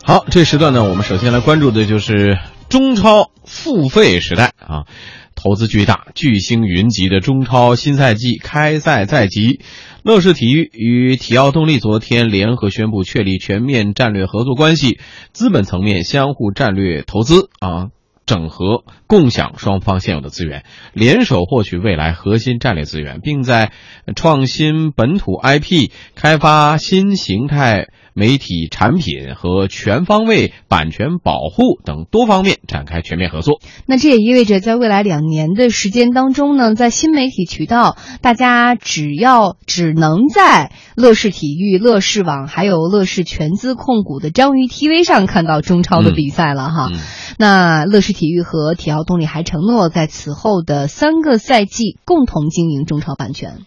好，这时段呢，我们首先来关注的就是中超付费时代啊，投资巨大、巨星云集的中超新赛季开赛在即。乐视体育与体奥动力昨天联合宣布确立全面战略合作关系，资本层面相互战略投资整合共享双方现有的资源，联手获取未来核心战略资源，并在创新本土 IP、开发新形态媒体产品和全方位版权保护等多方面展开全面合作。 那这也意味着在未来2年的时间当中呢，在新媒体渠道，大家只能在乐视体育、乐视网还有乐视全资控股的章鱼 TV 上看到中超的比赛了哈。那乐视体育和体奥动力还承诺在此后的3个赛季共同经营中超版权。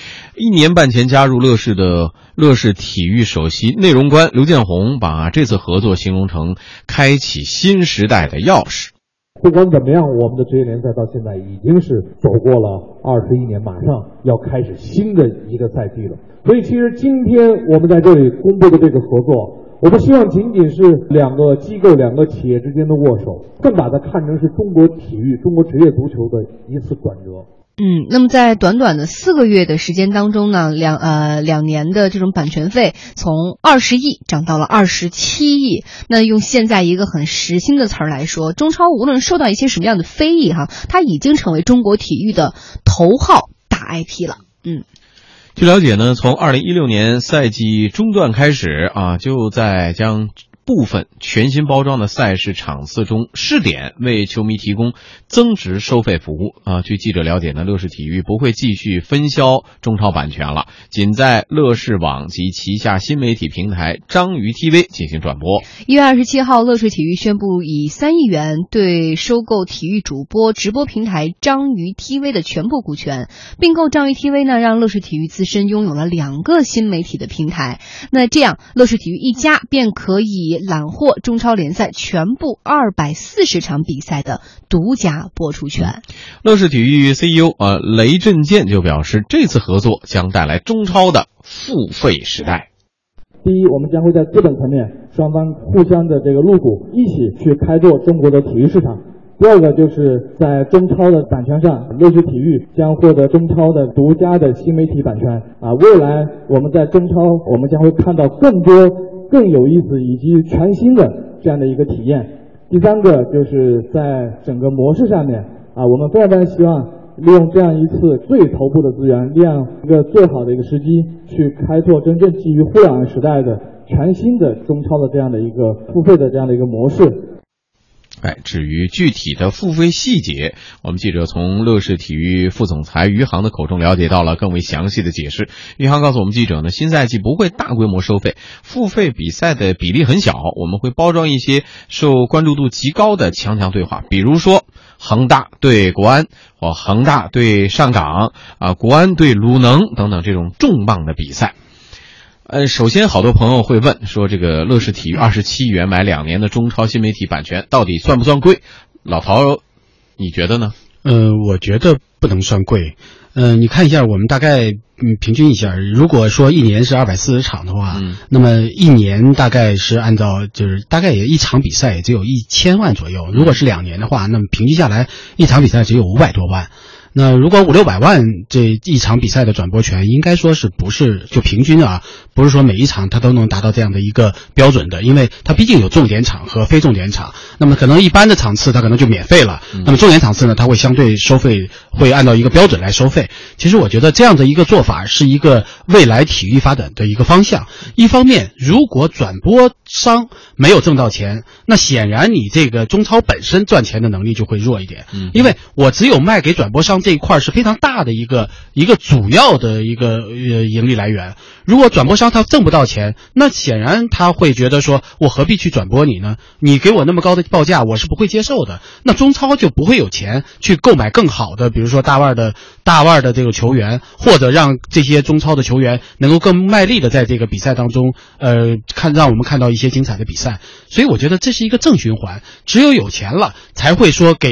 1年半前加入乐视的乐视体育首席内容官刘建宏把这次合作形容成开启新时代的钥匙。 不管怎么样，我们的职业联赛到现在已经是走过了21年，马上要开始新的一个赛季了。所以其实今天我们在这里公布的这个合作，我们希望仅仅是2个机构、2个企业之间的握手，更把它看成是中国体育、中国职业足球的一次转折。 那么在短短的4个月的时间当中呢，两年的这种版权费从20亿涨到了27亿。那用现在一个很时兴的词儿来说，中超无论受到一些什么样的非议它已经成为中国体育的头号大 IP 了。 据了解呢，从2016年赛季中段开始就在将部分全新包装的赛事场次中试点为球迷提供增值收费服务据记者了解呢，乐视体育不会继续分销中超版权了，仅在乐视网及旗下新媒体平台章鱼 TV 进行转播。 1月27号，乐视体育宣布以3亿元对收购体育主播直播平台章鱼 TV 的全部股权。并购章鱼 TV 呢，让乐视体育自身拥有了2个新媒体的平台。那这样，乐视体育一家便可以揽获中超联赛全部240场比赛的独家播出权。 乐视体育 CEO 雷震健就表示，这次合作将带来中超的付费时代。 第一，我们将会在资本层面双方互相的这个入股，一起去开拓中国的体育市场。第二个就是在中超的版权上，乐视体育将获得中超的独家的新媒体版权未来我们在中超，我们将会看到更多更有意思以及全新的这样的一个体验。第三个就是在整个模式上面我们非常希望利用这样一次最头部的资源，利用一个最好的一个时机，去开拓真正基于互联网时代的全新的中超的这样的一个付费的这样的一个模式。 至于具体的付费细节，我们记者从乐视体育副总裁余杭的口中了解到了更为详细的解释。余杭告诉我们记者呢，新赛季不会大规模收费，付费比赛的比例很小，我们会包装一些受关注度极高的强对话，比如说恒大对国安或恒大对上港国安对鲁能等等这种重磅的比赛。首先好多朋友会问说，这个乐视体育27亿元买2年的中超新媒体版权到底算不算贵？老陶你觉得呢？ 我觉得不能算贵。你看一下我们大概平均一下，如果说1年是240场的话，那么1年大概是按照就是大概也一场比赛也只有1000万左右。如果是2年的话，那么平均下来一场比赛只有500多万。那如果500-600万这一场比赛的转播权，应该说是不是就平均不是说每一场它都能达到这样的一个标准的，因为它毕竟有重点场和非重点场。那么可能一般的场次它可能就免费了，那么重点场次呢，它会相对收费，会按照一个标准来收费。其实我觉得这样的一个做法是一个未来体育发展的一个方向。一方面，如果转播商没有挣到钱，那显然你这个中超本身赚钱的能力就会弱一点，因为我只有卖给转播商这一块是非常大的一个主要的一个盈利来源。如果转播商他挣不到钱，那显然他会觉得说，我何必去转播你呢？你给我那么高的报价，我是不会接受的。那中超就不会有钱去购买更好的，比如说大腕的这个球员，或者让这些中超的球员能够更卖力的在这个比赛当中，让我们看到一些精彩的比赛。所以我觉得这是一个正循环，只有钱了，才会说给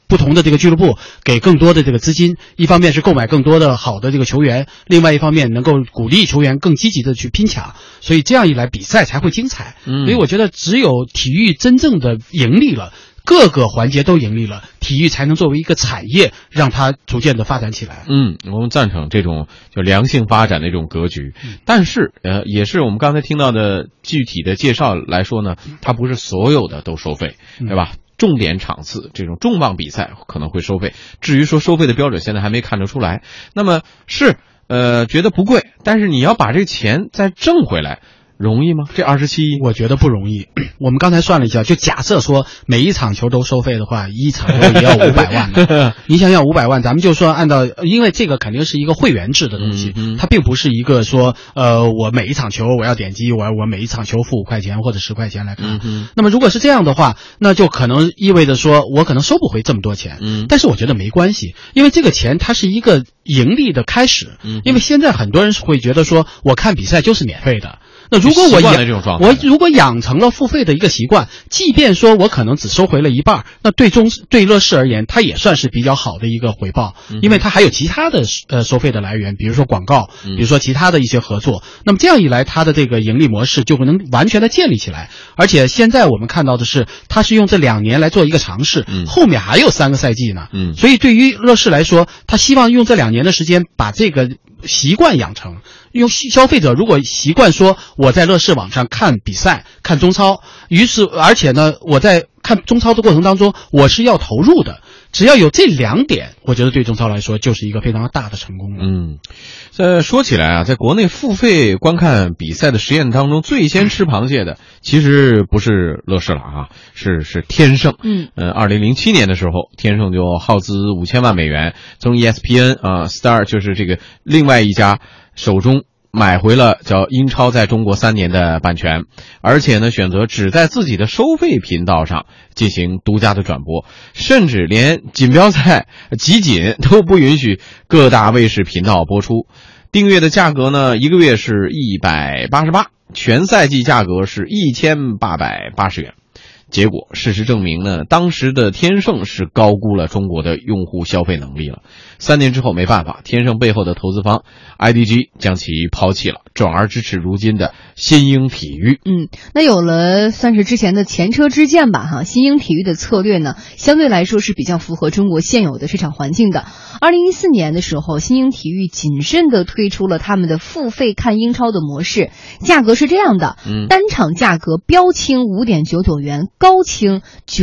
不同的这个俱乐部给更多的这个资金，一方面是购买更多的好的这个球员，另外一方面能够鼓励球员更积极的去拼抢，所以这样一来比赛才会精彩。所以我觉得只有体育真正的盈利了，各个环节都盈利了，体育才能作为一个产业让它逐渐的发展起来。 我们赞成这种就良性发展的这种格局。但是也是我们刚才听到的具体的介绍来说呢，它不是所有的都收费，对吧？重点场次这种重磅比赛可能会收费，至于说收费的标准现在还没看得出来。那么是觉得不贵，但是你要把这个钱再挣回来容易吗？这27亿我觉得不容易。我们刚才算了一下，就假设说每一场球都收费的话，一场球也要500万呢。你想想500万，咱们就说按照，因为这个肯定是一个会员制的东西，它并不是一个说我每一场球我要点击我每一场球付5块钱或者10块钱来看。那么如果是这样的话，那就可能意味着说我可能收不回这么多钱。但是我觉得没关系，因为这个钱它是一个盈利的开始。因为现在很多人会觉得说我看比赛就是免费的。那如果我如果养成了付费的一个习惯，即便说我可能只收回了一半，那对乐视而言，它也算是比较好的一个回报，因为它还有其他的收费的来源，比如说广告，比如说其他的一些合作。那么这样一来，它的这个盈利模式就能完全的建立起来。而且现在我们看到的是，它是用这2年来做一个尝试，后面还有3个赛季呢。所以对于乐视来说，他希望用这2年的时间把这个习惯养成。用消费者如果习惯说我在乐视网上看比赛看中超，而且呢我在看中超的过程当中我是要投入的，只要有这2点，我觉得对中超来说就是一个非常大的成功了。 说起来啊，在国内付费观看比赛的实验当中，最先吃螃蟹的其实不是乐视了啊，是天盛。2007年的时候，天盛就耗资5000万美元，从 ESPN Star 就是这个另外一家手中买回了叫英超在中国3年的版权，而且呢选择只在自己的收费频道上进行独家的转播，甚至连锦标赛集锦都不允许各大卫视频道播出。订阅的价格呢1个月是188，全赛季价格是1880元。结果事实证明呢，当时的天盛是高估了中国的用户消费能力了。3年之后没办法，天盛背后的投资方 IDG 将其抛弃了，转而支持如今的新英体育。 那有了算是之前的前车之鉴吧哈，新英体育的策略呢相对来说是比较符合中国现有的市场环境的。2014年的时候，新英体育谨慎地推出了他们的付费看英超的模式，价格是这样的，单场价格标清 5.99 元，高清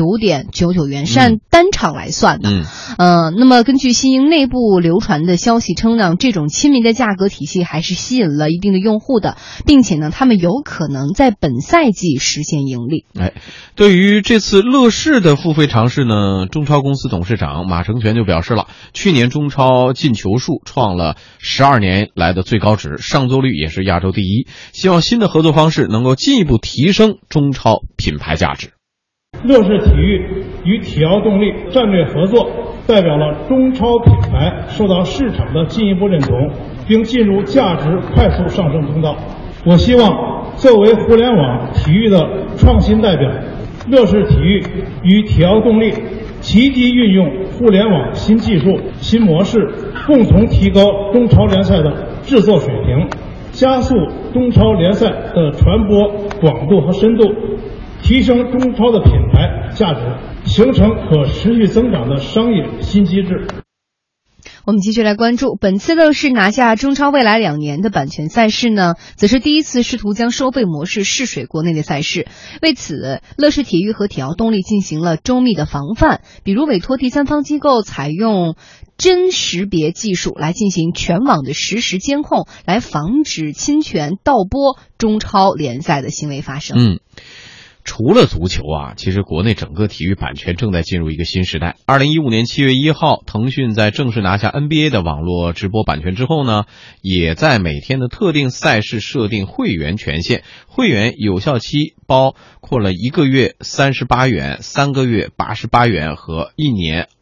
9.99 元，是按单场来算的。那么根据新英内部流传的消息称呢，这种亲民的价格体系还是吸引了一定的用户的，并且呢他们有可能在本赛季实现盈利。 对于这次乐视的付费尝试呢，中超公司董事长马成全就表示了，去年中超进球数创了12年来的最高值，上座率也是亚洲第一，希望新的合作方式能够进一步提升中超品牌价值。 乐视体育与体奥动力战略合作，代表了中超品牌受到市场的进一步认同，并进入价值快速上升通道。我希望作为互联网体育的创新代表，乐视体育与体奥动力积极运用互联网新技术、新模式，共同提高中超联赛的制作水平，加速中超联赛的传播广度和深度，提升中超的品牌价值，形成可持续增长的商业新机制。 我们继续来关注，本次乐视拿下中超未来2年的版权赛事呢，则是第一次试图将收费模式试水国内的赛事。为此，乐视体育和体奥动力进行了周密的防范，比如委托第三方机构采用真识别技术来进行全网的实时监控，来防止侵权盗播中超联赛的行为发生。 除了足球啊，其实国内整个体育版权正在进入一个新时代。2015年7月1号，腾讯在正式拿下 NBA 的网络直播版权之后呢，也在每天的特定赛事设定会员权限，会员有效期包括了1个月38元、3个月88元和1年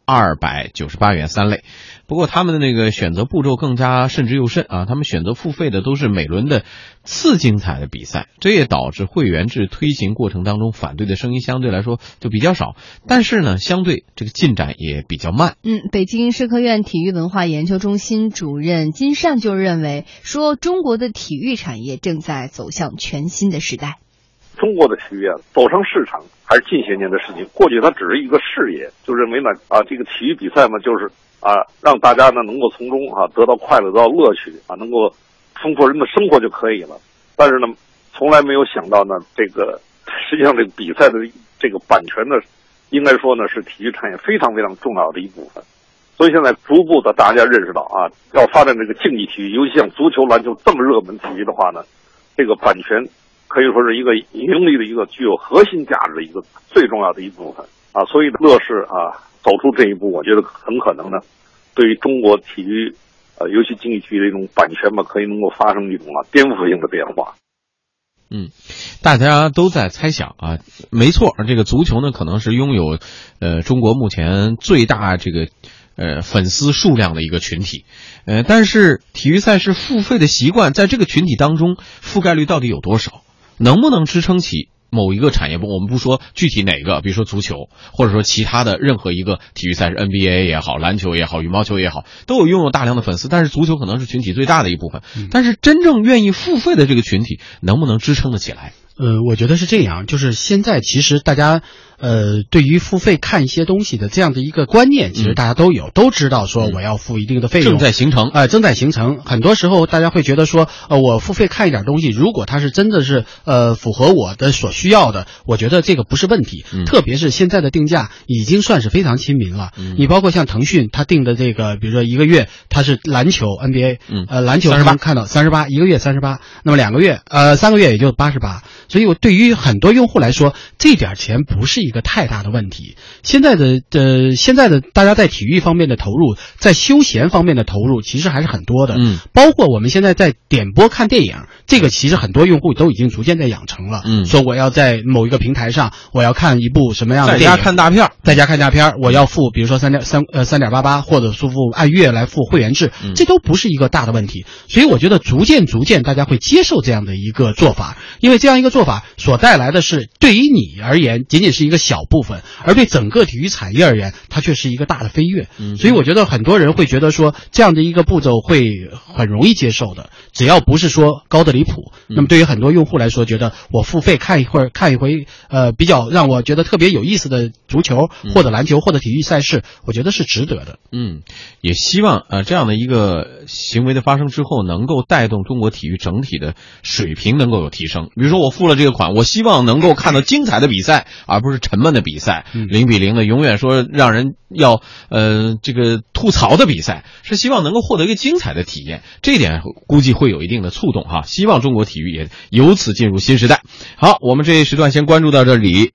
298元3类。不过他们的那个选择步骤更加慎之又慎啊，他们选择付费的都是每轮的次精彩的比赛，这也导致会员制推行过程当中反对的声音相对来说就比较少，但是呢，相对这个进展也比较慢。 北京社科院体育文化研究中心主任金善就认为，说中国的体育产业正在走向全新的时代。 中国的体育走上市场还是近些年的事情，过去它只是一个事业，就认为呢这个体育比赛嘛，就是让大家呢能够从中得到快乐，得到乐趣能够丰富人的生活就可以了。但是呢，从来没有想到呢，这个实际上这个比赛的这个版权呢，应该说呢是体育产业非常非常重要的一部分。所以现在逐步的大家认识到要发展这个竞技体育，尤其像足球、篮球这么热门体育的话呢，这个版权可以说是一个盈利的一个具有核心价值的一个最重要的一部分所以乐视走出这一步，我觉得很可能呢，对于中国体育尤其竞技体育的一种版权嘛，可以能够发生一种颠覆性的变化。 大家都在猜想没错，这个足球呢可能是拥有中国目前最大这个粉丝数量的一个群体，但是体育赛事付费的习惯在这个群体当中覆盖率到底有多少？能不能支撑起某一个产业？我们不说具体哪个，比如说足球，或者说其他的任何一个体育赛事 NBA 也好，篮球也好，羽毛球也好，都有拥有大量的粉丝，但是足球可能是群体最大的一部分，但是真正愿意付费的这个群体能不能支撑得起来？ 我觉得是这样，就是现在其实大家对于付费看一些东西的这样的一个观念，其实大家都有，都知道说我要付一定的费用， 正在形成。 正在形成。很多时候大家会觉得说，我付费看一点东西，如果它是真的是符合我的所需要的，我觉得这个不是问题。特别是现在的定价已经算是非常亲民了。你包括像腾讯，它定的这个，比如说一个月它是篮球 NBA，篮球38看到38，一个月38，那么2个月3个月也就88。所以我对于很多用户来说，这点钱不是一个太大的问题。现在的大家在体育方面的投入，在休闲方面的投入其实还是很多的。包括我们现在在点播看电影，这个其实很多用户都已经逐渐在养成了。说我要在某一个平台上，我要看一部什么样的电影，在家看大片，我要付比如说3.88，或者付按月来付会员制，这都不是一个大的问题。所以我觉得逐渐大家会接受这样的一个做法，因为这样一个做法所带来的是对于你而言仅仅是一个小部分，而对整个体育产业而言它却是一个大的飞跃。所以我觉得很多人会觉得说这样的一个步骤会很容易接受的，只要不是说高的离谱。那么对于很多用户来说，觉得我付费看一回比较让我觉得特别有意思的足球或者篮球或者体育赛事，我觉得是值得的。 也希望这样的一个行为的发生之后，能够带动中国体育整体的水平能够有提升。比如说我付了这个款，我希望能够看到精彩的比赛，而不是沉闷的比赛，0-0的永远说让人要这个吐槽的比赛，是希望能够获得一个精彩的体验。这一点估计会有一定的触动希望中国体育也由此进入新时代。好，我们这一时段先关注到这里。